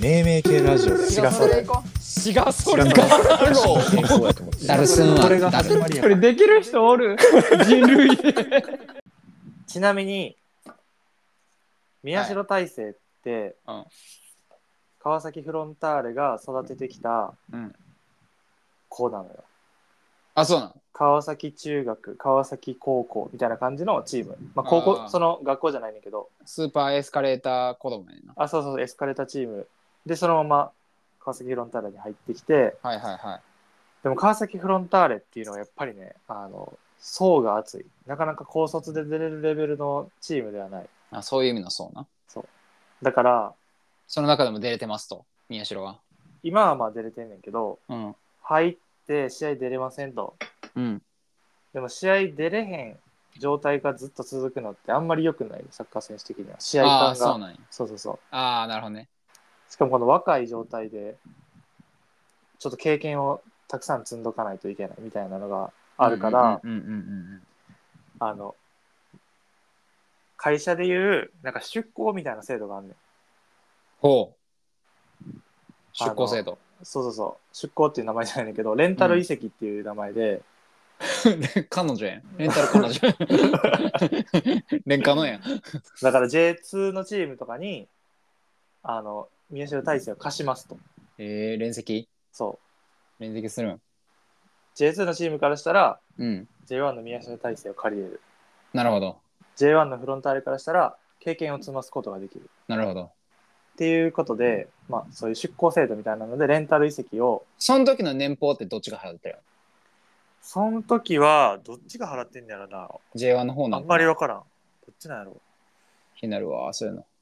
命名系ラジオで違うそれ行こう。違うそれか健康やと思ってダルスンはこれが始まりやからこれできる人おる人類で。 ちなみに宮代大成って、 うん川崎フロンターレが育ててきたうん子なのよ。 あ、そうなの。 川崎中学、川崎高校みたいな感じのチーム。まあ高校あーその学校じゃないんだけど、 スーパーエスカレーター子供やねんな。 あ、そうそう、エスカレーターチームでそのまま川崎フロンターレに入ってきて、 はいはいはい。 でも川崎フロンターレっていうのはやっぱりね、層が厚い。なかなか高卒で出れるレベルのチームではない。 あ、そういう意味のそうな。 だからその中でも出れてますと、宮代は。 今はまあ出れてんねんけど、 うん。 入って試合出れませんと。 うん。 でも試合出れへん状態がずっと続くのってあんまり良くないサッカー選手的には。試合ああ、 感が。 そうなんや。 そうそうそう。 ああ、なるほどね。 しかもこの若い状態でちょっと経験をたくさん積んどかないといけないみたいなのがあるから、 うんうんうんうんあの会社でいうなんか出向みたいな制度があるねん。 ほう。出向制度。 そうそうそう。出向っていう名前じゃないんだけど、レンタル移籍っていう名前で、 彼女やん。レンタル彼女やん。レンカノやん。 だから J2 のチームとかに宮代大成を貸しますと。 連席そう連席するん。 J2 のチームからしたらうん。 J1 の宮代大成を借りれる。 なるほど。 J1 のフロンターレからしたら経験を積ますことができるなるほど。 っていうことで、まあ、そういう出向制度みたいなのでレンタル移籍を、 その時の年俸ってどっちが払ってるその時はどっちが払ってんだろうな。 の？ J1 の方なあんのかな。 まり分からん。どっちなんやろう。 気になるわ、そういうの。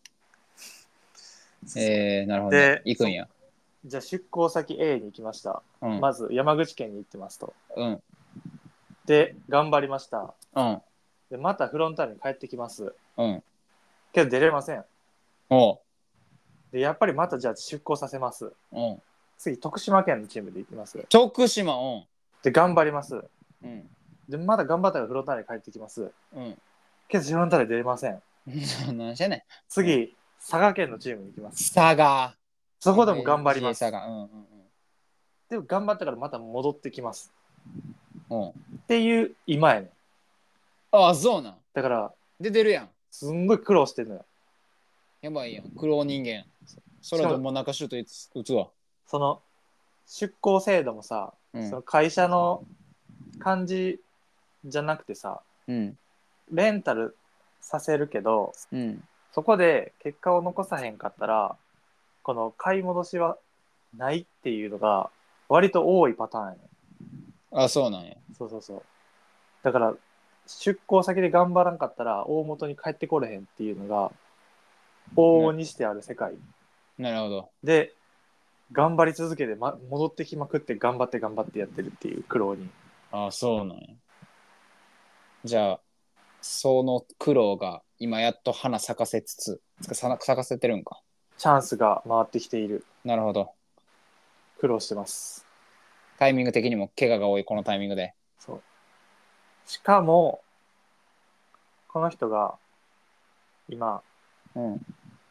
なるほど、ねで。 行くんや。 じゃあ出向先 A に行きました。 うん。 まず山口県に行ってますと。 うん。 で頑張りました。 うん。 でまたフロンターレに帰ってきます。 うん。 けど出れません。 おう。 でやっぱりまたじゃあ出向させます。 うん。 次徳島県のチームで行きます。 徳島、うん。 で頑張ります。 うん。 でまだ頑張ったらフロンターレに帰ってきます。 うん。 けどフロンターレ出れません。 何してんねん。 次、佐賀県のチームに行きます。 佐賀。 そこでも頑張ります。 佐賀。うんでも頑張ったからまた戻ってきますうんうん。うん。 っていう今やねん。 ああ、そうなん。 だから出てるやん。 すんごい苦労してるのよ。 やばいやん。苦労人間。それはもう中シュート打つわ。 その出向制度もさ、 うんその会社の感じじゃなくてさ、 うん。 レンタルさせるけどうん。 そこで結果を残さへんかったらこの買い戻しはないっていうのが割と多いパターンやねん。 あ、そうなんや。 そうそうそう。だから出向先で頑張らんかったら大元に帰ってこれへんっていうのが往々にしてある世界なるほど。 で頑張り続けて、戻ってきまくって頑張ってやってるっていう苦労に。 あ、そうなんや。じゃあ、その苦労が今やっと花咲かせつつ、咲かせてるんか。 チャンスが回ってきている。 なるほど。 苦労してます。 タイミング的にも怪我が多いこのタイミングで。 そう。しかもこの人が今うん。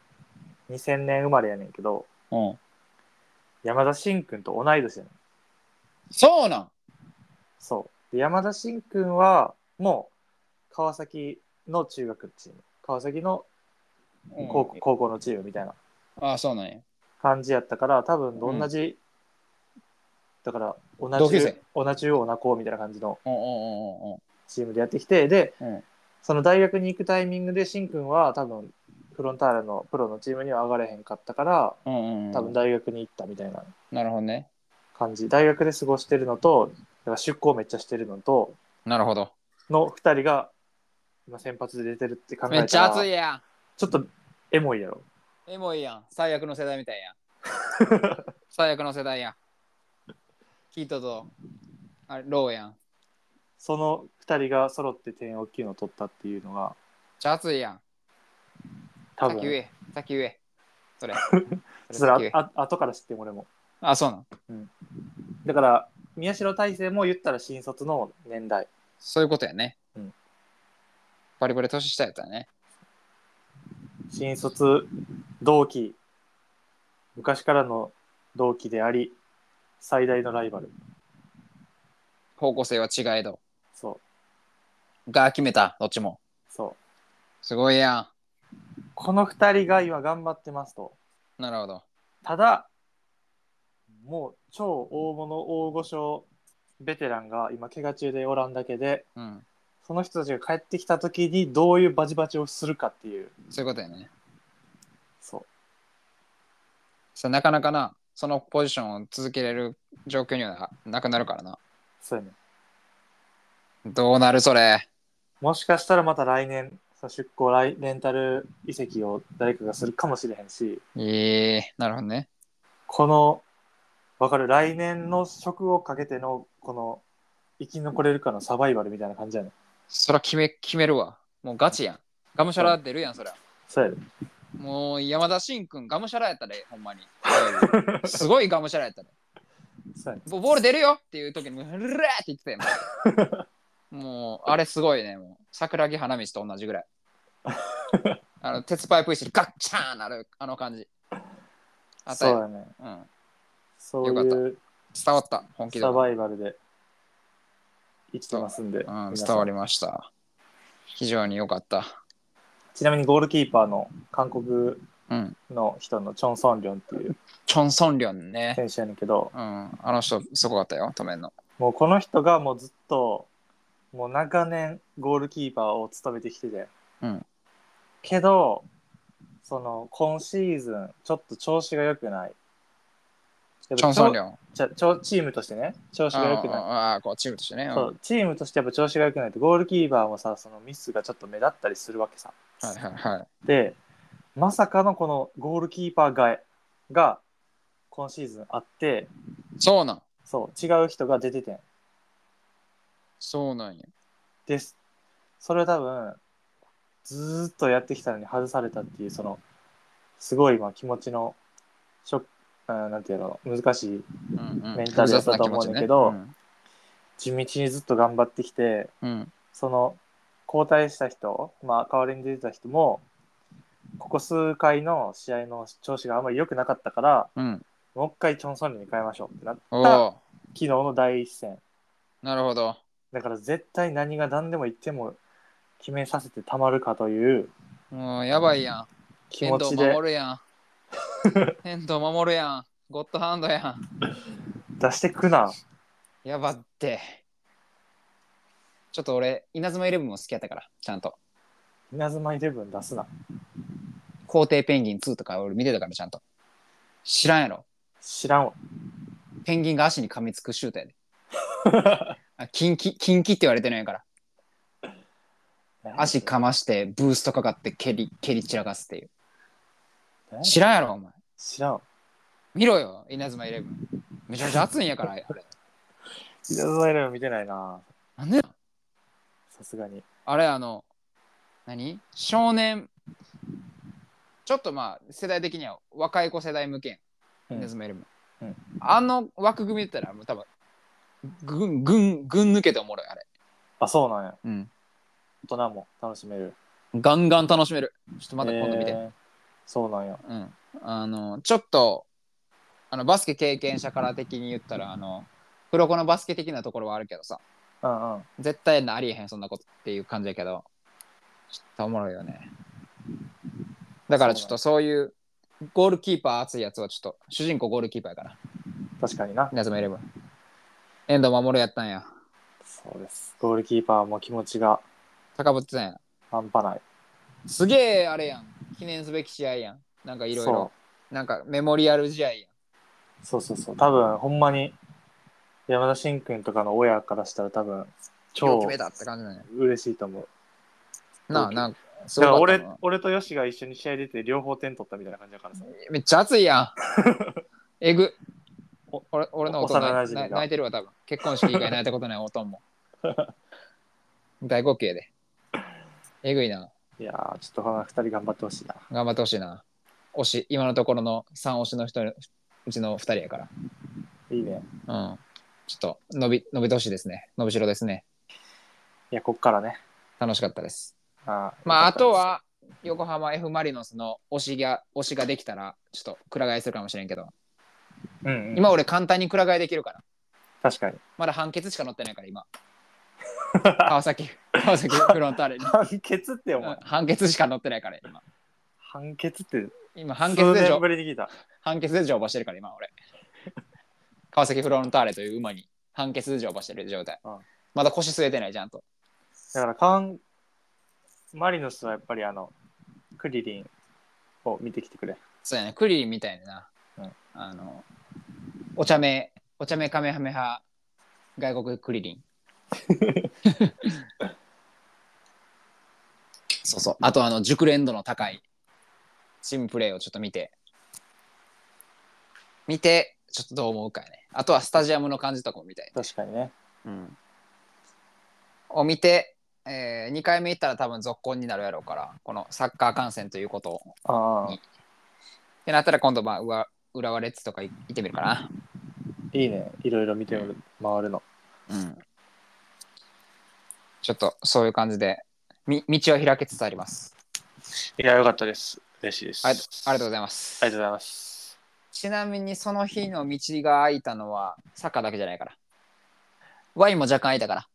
2000年生まれやねんけどうん。 山田真君と同い年やねん。 そうなん。 そうで山田真君はもう川崎の中学チーム、川崎の高校のチームみたいなあ、そうなんや。 感じやったから多分同じ、だから同じ同級生同じような子みたいな感じのうんうんうんチームでやってきて、でうんうん。 その大学に行くタイミングで真君は多分フロンターレのプロのチームには上がれへんかったからうんうんうん。 多分大学に行ったみたいななるほどね。 感じ。大学で過ごしてるのとだから出向めっちゃしてるのとなるほど。 の2人が今先発で出てるって考えたらめっちゃ熱いやん。 ちょっとエモいやろ。 エモいやん。最悪の世代みたいやん。最悪の世代やん。キートとあれローやん。めっその2人が揃って点大きいのを取ったっていうのがちゃ熱いやん。 多分先言え。先言え。それ。 それ先言え。 後から知って俺も。 あ、そうなん。 だから宮代大成も言ったら新卒の年代。 そういうことやね。 うんバリバリ年下やったらね。 新卒同期昔からの同期であり、最大のライバル。 方向性は違えど。 そう、 が決めた、どっちも。 そう。 すごいやこの2人が今頑張ってますと。 ん。なるほど。 ただ、もう超大物大御所ベテランが今怪我中でおらんだけで、 うん。 その人たちが帰ってきた時にどういうバチバチをするかっていう。 そういうことやね。 そう。 それなかなかな、そのポジションを続けれる状況にはなくなるからな。 そうやね。 どうなるそれ。 もしかしたらまた来年、その出向レンタル移籍を誰かがするかもしれへんし、 なるほどね。 この、わかる、来年の職をかけての、この、生き残れるかのサバイバルみたいな感じやね。 そら決めるわ。もうガチやん。がむしゃら出るやん、そりゃ。 そうやで。 もう山田慎君がむしゃらやったで、ほんまに。すごいがむしゃらやったで。 そうやね。 ボール出るよっていう時に、ルルルーって言ってたよ。もう、あれすごいね。もう桜木花道と同じぐらい。鉄パイプ石でガッチャーンなる、あの感じ。 そうやね。 うん。 そういう伝わった、本気で。 サバイバルで生きてますんで。 うん、 皆さん伝わりました。非常に良かった。 ちなみにゴールキーパーの韓国うん。 の人のチョン・ソンリョンっていうチョン・ソンリョンね。 選手やねんけど、 うん。あの人、すごかったよ、止めんの。 もうこの人がもうずっと、もう長年ゴールキーパーを務めてきてて、 うん。 けど、その今シーズンちょっと調子が良くない。 チョン・ソンリョン。 チームとしてね、調子が良くない。 こうチームとしてね。 そう、チームとしてやっぱ調子が良くないと、ゴールキーパーもさ、そのミスがちょっと目立ったりするわけさ。 はいはいはい。 で、まさかのこのゴールキーパー替えが今シーズンあって、 そうなん。 そう、違う人が出ててん。 そうなんや。 です。それを多分、ずーっとやってきたのに外されたっていう、その、すごい気持ちのショック、なんていうの、難しいうんうん、 メンタルだったと思うんだけど、地道にずっと頑張ってきて、 うんその交代した人、代わりに出てた人も、ここ数回の試合の調子があんまり良くなかったから、 うんもう一回チョン・ソンリに変えましょうってなったお昨お、 日の第一戦。 なるほど。 だから絶対何が何でも言っても決めさせてたまるかというもうやばいやん。 気持ちで守るやん。遠藤守るやん。ゴッドハンドやん。 出してくな。 やばって。ちょっと俺、稲妻イレブンも好きやったから、ちゃんと。 稲妻イレブン出すな。 皇帝ペンギン2とか俺見てたから、ちゃんと。知らんやろ。 知らんわ。 ペンギンが足に噛みつくシュートやで。キンキって言われてないから。足かましてブーストかかって蹴り散らかすっていう。知らんやろお前。 知らん。 見ろよ稲妻イレブン。めちゃめちゃ熱いんやからあれ。 稲妻イレブン見てないな。 なんでさすがに。 あれ何少年ちょっと世代的には若い子世代向けん。稲妻イレブン。あの枠組みだったらもう多分ぐん抜けておもろいあれ。 あ、そうなんや。 うん。 大人も楽しめる。 ガンガン楽しめる。ちょっとまた今度見て。 そうなんや。 うん。ちょっとバスケ経験者から的に言ったら黒子のバスケ的なところはあるけどさ、 うんうん。 絶対ありえへんそんなことっていう感じやけど、ちょっとおもろいよね。だからちょっとそういうゴールキーパー熱いやつはちょっと主人公ゴールキーパーやから。 確かにな。 稲妻イレブン。遠藤守やったんや。 そうです。ゴールキーパーも気持ちが高ぶってたんや。 半端ない。 すげえあれやん。記念すべき試合やん。なんかいろいろ。なんかメモリアル試合やん。 そうそうそう。多分ほんまに山田真君とかの親からしたら多分超決めたって感じなんや。 嬉しいと思う。 なんかだから俺とヨシが一緒に試合出て両方点取ったみたいな感じだからさ。 めっちゃ熱いやん。えぐ。俺のおとん幼馴染が泣いてるわ多分。結婚式以外泣いたことないおとんも。大号泣で。えぐいな。 いやー、ちょっとこの2人頑張ってほしいな。 頑張ってほしいな。今のところの3推しの人うちの2人やから。 いいね。 うん。ちょっと伸びてほしいですね。伸びしろですね。 いや、こっからね。 楽しかったです。 あとは横浜 F マリノスの推しができたらちょっとくら替えするかもしれんけど、 うんうん、 今俺簡単にくら替えできるから。 確かに。 まだ判決しか載ってないから今。川崎フロンターレに。 判決ってお前、 判決しか載ってないから今。 判決って今判数決で年ぶりに聞いた。 判決で乗馬してるから今俺。川崎フロンターレという馬に判決で乗馬してる状態。 うん、 まだ腰据えてないちゃんと。 だからマリノスはやっぱりクリリンを見てきてくれ。 そうやね、クリリンみたいな、 うん、 お茶目カメハメハ外国クリリン。そうそう。あと熟練度の高いチームプレーをちょっと見てちょっとどう思うかやね。あとはスタジアムの感じとかも見たい。 確かにね。 うん。を見て、2回目行ったら多分続行になるやろうから、このサッカー観戦ということに。ってなったら今度浦和レッズとか行ってみるかな。 いいね。いろいろ見て回るの。 うん。ちょっとそういう感じで道は開けつつあります。 いや、よかったです。嬉しいです。 ありがとうございます。 ありがとうございます。 ちなみにその日の道が開いたのはサッカーだけじゃないから。ワインも若干開いたから。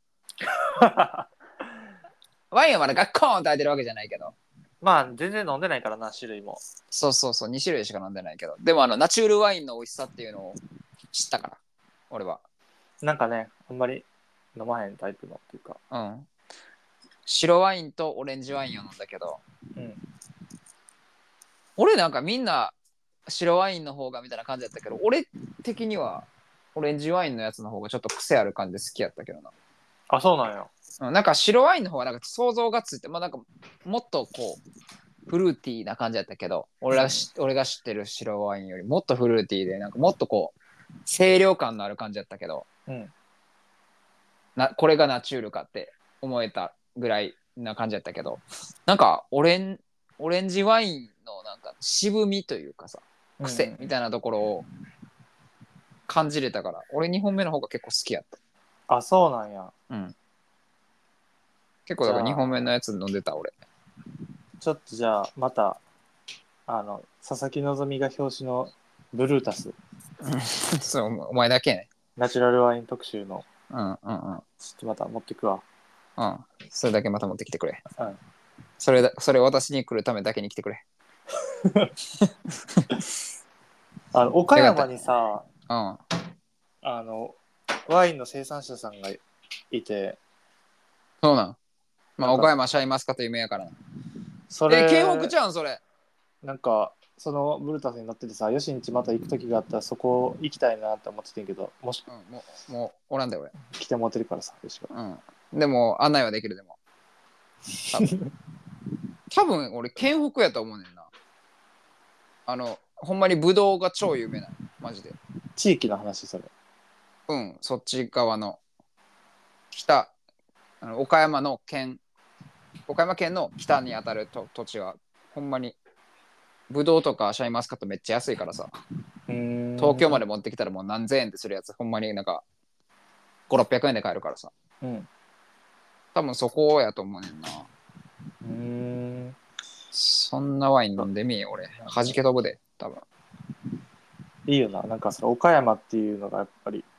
ワインはまだガッコーンと開いてるわけじゃないけど。 まあ全然飲んでないからな、種類も。 そう2種類しか飲んでないけど。でもナチュールワインの美味しさっていうのを知ったから、俺は。 なんかね、あんまり飲まへんタイプのっていうか。 うん。白ワインとオレンジワインを飲んだけど、 うん、 俺なんかみんな白ワインの方がみたいな感じだったけど、俺的にはオレンジワインのやつの方がちょっと癖ある感じで好きやったけどな。 あ、そうなんや。 なんか白ワインの方はなんか想像がついて、まあ、なんかもっとこうフルーティーな感じだったけど、俺が知ってる白ワインよりもっとフルーティーで、なんかもっとこう清涼感のある感じだったけど、 うん、 これがナチュールかって思えたぐらいな感じだったけど、なんかオレンジワインのなんか渋みというかさ、癖みたいなところを感じれたから、俺2本目の方が結構好きやった。 あ、そうなんや。 うん。結構だから2本目のやつ飲んでた俺。 ちょっとじゃあまた佐々木希が表紙のブルータスそうお前だけね。 ナチュラルワイン特集のうん。 ちょっとまた持ってくわ。 うん。それだけまた持ってきてくれ。 うん。 それ私に来るためだけに来てくれ。 岡山にさ、 うん。 ワインの生産者さんがいて。 そうなん。まあ岡山シャインマスカット有名やからな。 それ県北ちゃうんそれ。 なんかそのブルータスに乗っててさ、よしんちまた行く時があったらそこ行きたいなって思っててんけど、もし、 もうおらんで俺。 来てもってるからさ、よしが。 うん。でも案内はできるでも。多分俺県北やと思うねんな。ほんまにブドウが超有名なのマジで。 地域の話それ。 うん、そっち側の北岡山県の北にあたる土地はほんまにブドウとかシャインマスカットめっちゃ安いからさ、東京まで持ってきたらもう何千円ってするやつほんまになんか5、600円で買えるからさ、 うん、 多分そこやと思うねんな。そんなワイン飲んでみえ俺弾け飛ぶで多分。 いいよな、なんかその岡山っていうのがやっぱり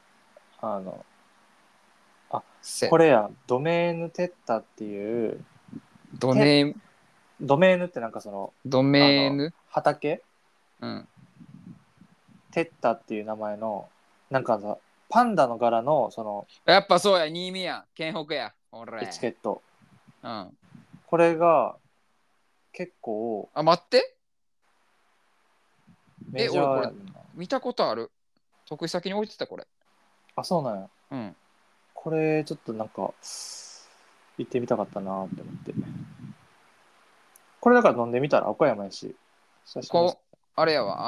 これやドメーヌテッタっていうドメーヌってなんかそのドメーヌ畑、 うん、 テッタっていう名前のなんかさパンダの柄のそのやっぱそうや新見や県北や俺エチケット、 うん、 これが結構待ってメジャー俺これ見たことある得意先に置いてたこれ。 あ、そうなんや。 うん。 これちょっとなんか行ってみたかったなって思って。これだから飲んでみたら岡山やし。 あれやわ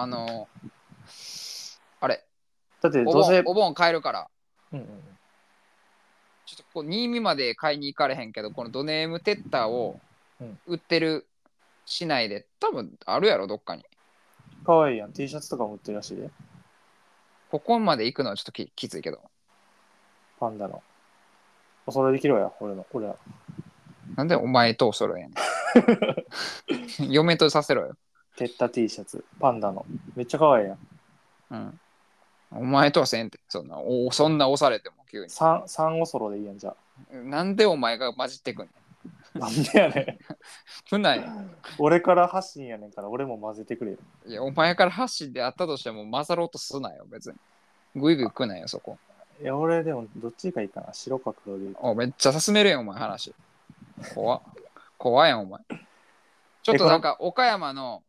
あれ。 だってどうせお盆買えるから。 うんうん。 ちょっとこう新見まで買いに行かれへんけどこのドネームテッタを売ってる市内で多分あるやろどっかに。 かわいいやん。T シャツとかも売ってるらしいで。 ここまで行くのはちょっときついけど。 パンダの。お揃いできるわや、俺ら。 なんでお前とお揃いやねん。 嫁とさせろよ。 テッタ T シャツ、パンダの。めっちゃ可愛いやん。 うん。お前とはせんって。そんな、そんな押されても急に。 三おそろでいいやん、じゃなんでお前が混じってくんねん。 あ。なんでやねん。 ふない。 俺から発信やねんから、俺も混ぜてくれよ。 いや、お前から発信であったとしても混ざろうとすなよ、別に。ぐいぐい来ないよ、そこ。 いや、俺でもどっちがいいかな。白か黒でいい。 めっちゃ進めるやん、お前話。怖いやん、お前。ちょっとなんか、岡山の、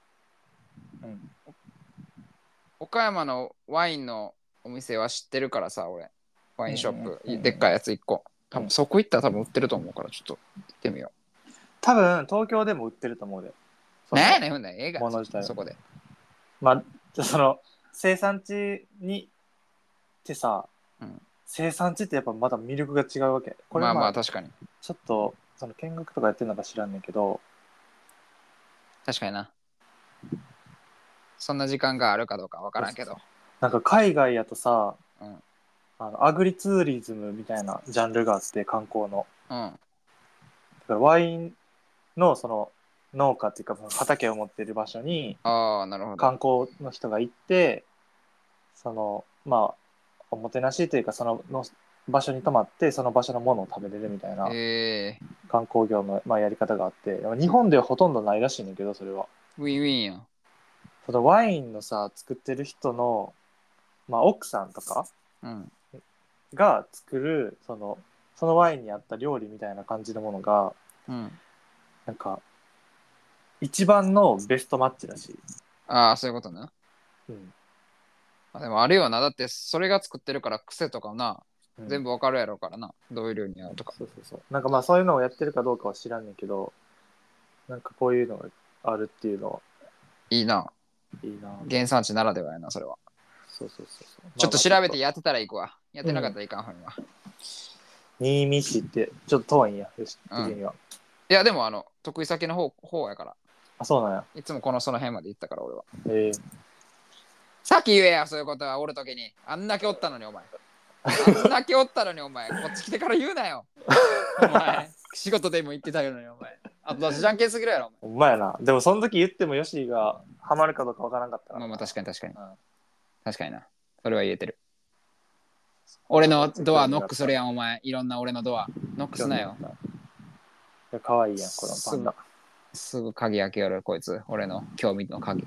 岡山のワインのお店は知ってるからさ、俺。ワインショップ、でっかいやつ1個。多分そこ行ったら多分売ってると思うから、ちょっと行ってみよ多分東京でも売ってると思うで。 う。ねえねえ、ほんなら映画物自体そこで。 まあ、その生産地にってさ、生産地ってやっぱまだ魅力が違うわけ。これまあ確かに。 ちょっとその見学とかやってるのか知らんねんけど。 確かにな。そんな時間があるかどうかわからんけど。 なんか海外やとさ、アグリツーリズムみたいなジャンルがあって観光の。だからワインのその農家っていうか畑を持ってる場所になるほど。 観光の人が行ってそのまあおもてなしというかその場所に泊まってその場所のものを食べれるみたいな観光業の、やり方があって日本ではほとんどないらしいねんけどそれは。 ウィンウィンやん。 そのワインのさ作ってる人の、奥さんとかが作るそのワインに合った料理みたいな感じのものが、なんか一番のベストマッチだし。 そういうことな。でもあるよな。だってそれが作ってるから癖とかな、全部わかるやろからな。どういう料理に合うとか。 そうなんかそういうのをやってるかどうかは知らんねんけど、なんかこういうのがあるっていうのはいいな。原産地ならではやな、それは。そう。ちょっと調べてやってたら行くわ。やってなかったらいかんほんわ。 新見市ってちょっと遠いんや、よし、的には。 いや、でも得意先の方やから。 そうなんや。 いつもその辺まで行ったから俺は。さっき言えや、そういうことはおるときに。あんだけおったのにお前。あんだけおったのにお前。こっち来てから言うなよ。お前。仕事でも行ってたのにお前。あとじゃんけんすぎるやろお前。お前やな。でもその時言ってもヨシがハマるかどうかわからんかったな。 確かに。確かにな。それは言えてる。俺のドアノックするやんお前。いろんな俺のドア。ノックすなよ。 かわいいやん、このパンダ。 すぐ鍵開けよるこいつ。俺の興味の鍵。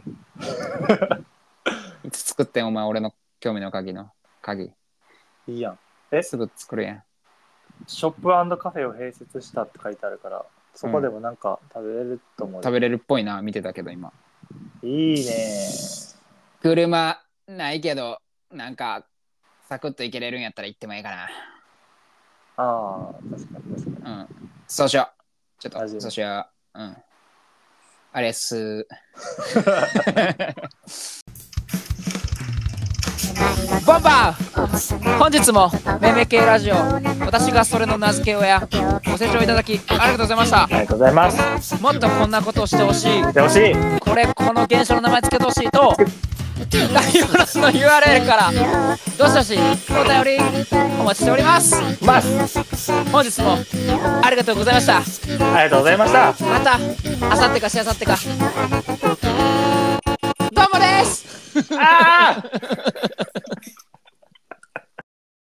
いつ作ってんお前俺の興味の鍵の鍵。 いいやん。 すぐ作るやん。 ショップ&カフェを併設したって書いてあるから、そこでもなんか食べれると思う。 食べれるっぽいな、見てたけど今。 いいね。 車ないけど、なんかサクッと行けれるんやったら行ってもいいかな。 確かに。 そうしよう。ちょっとそうしよう。あれっす。ボンバー本日もめめ系ラジオ、私がそれの名付け親、ご清聴いただきありがとうございました。 ありがとうございます。 もっとこんなことをしてほしい。この現象の名前つけてほしいと、概要欄の URL からどしどしお便りお待ちしております。本日もありがとうございました。 ありがとうございました。 またあさってかしあさってか。どうもです。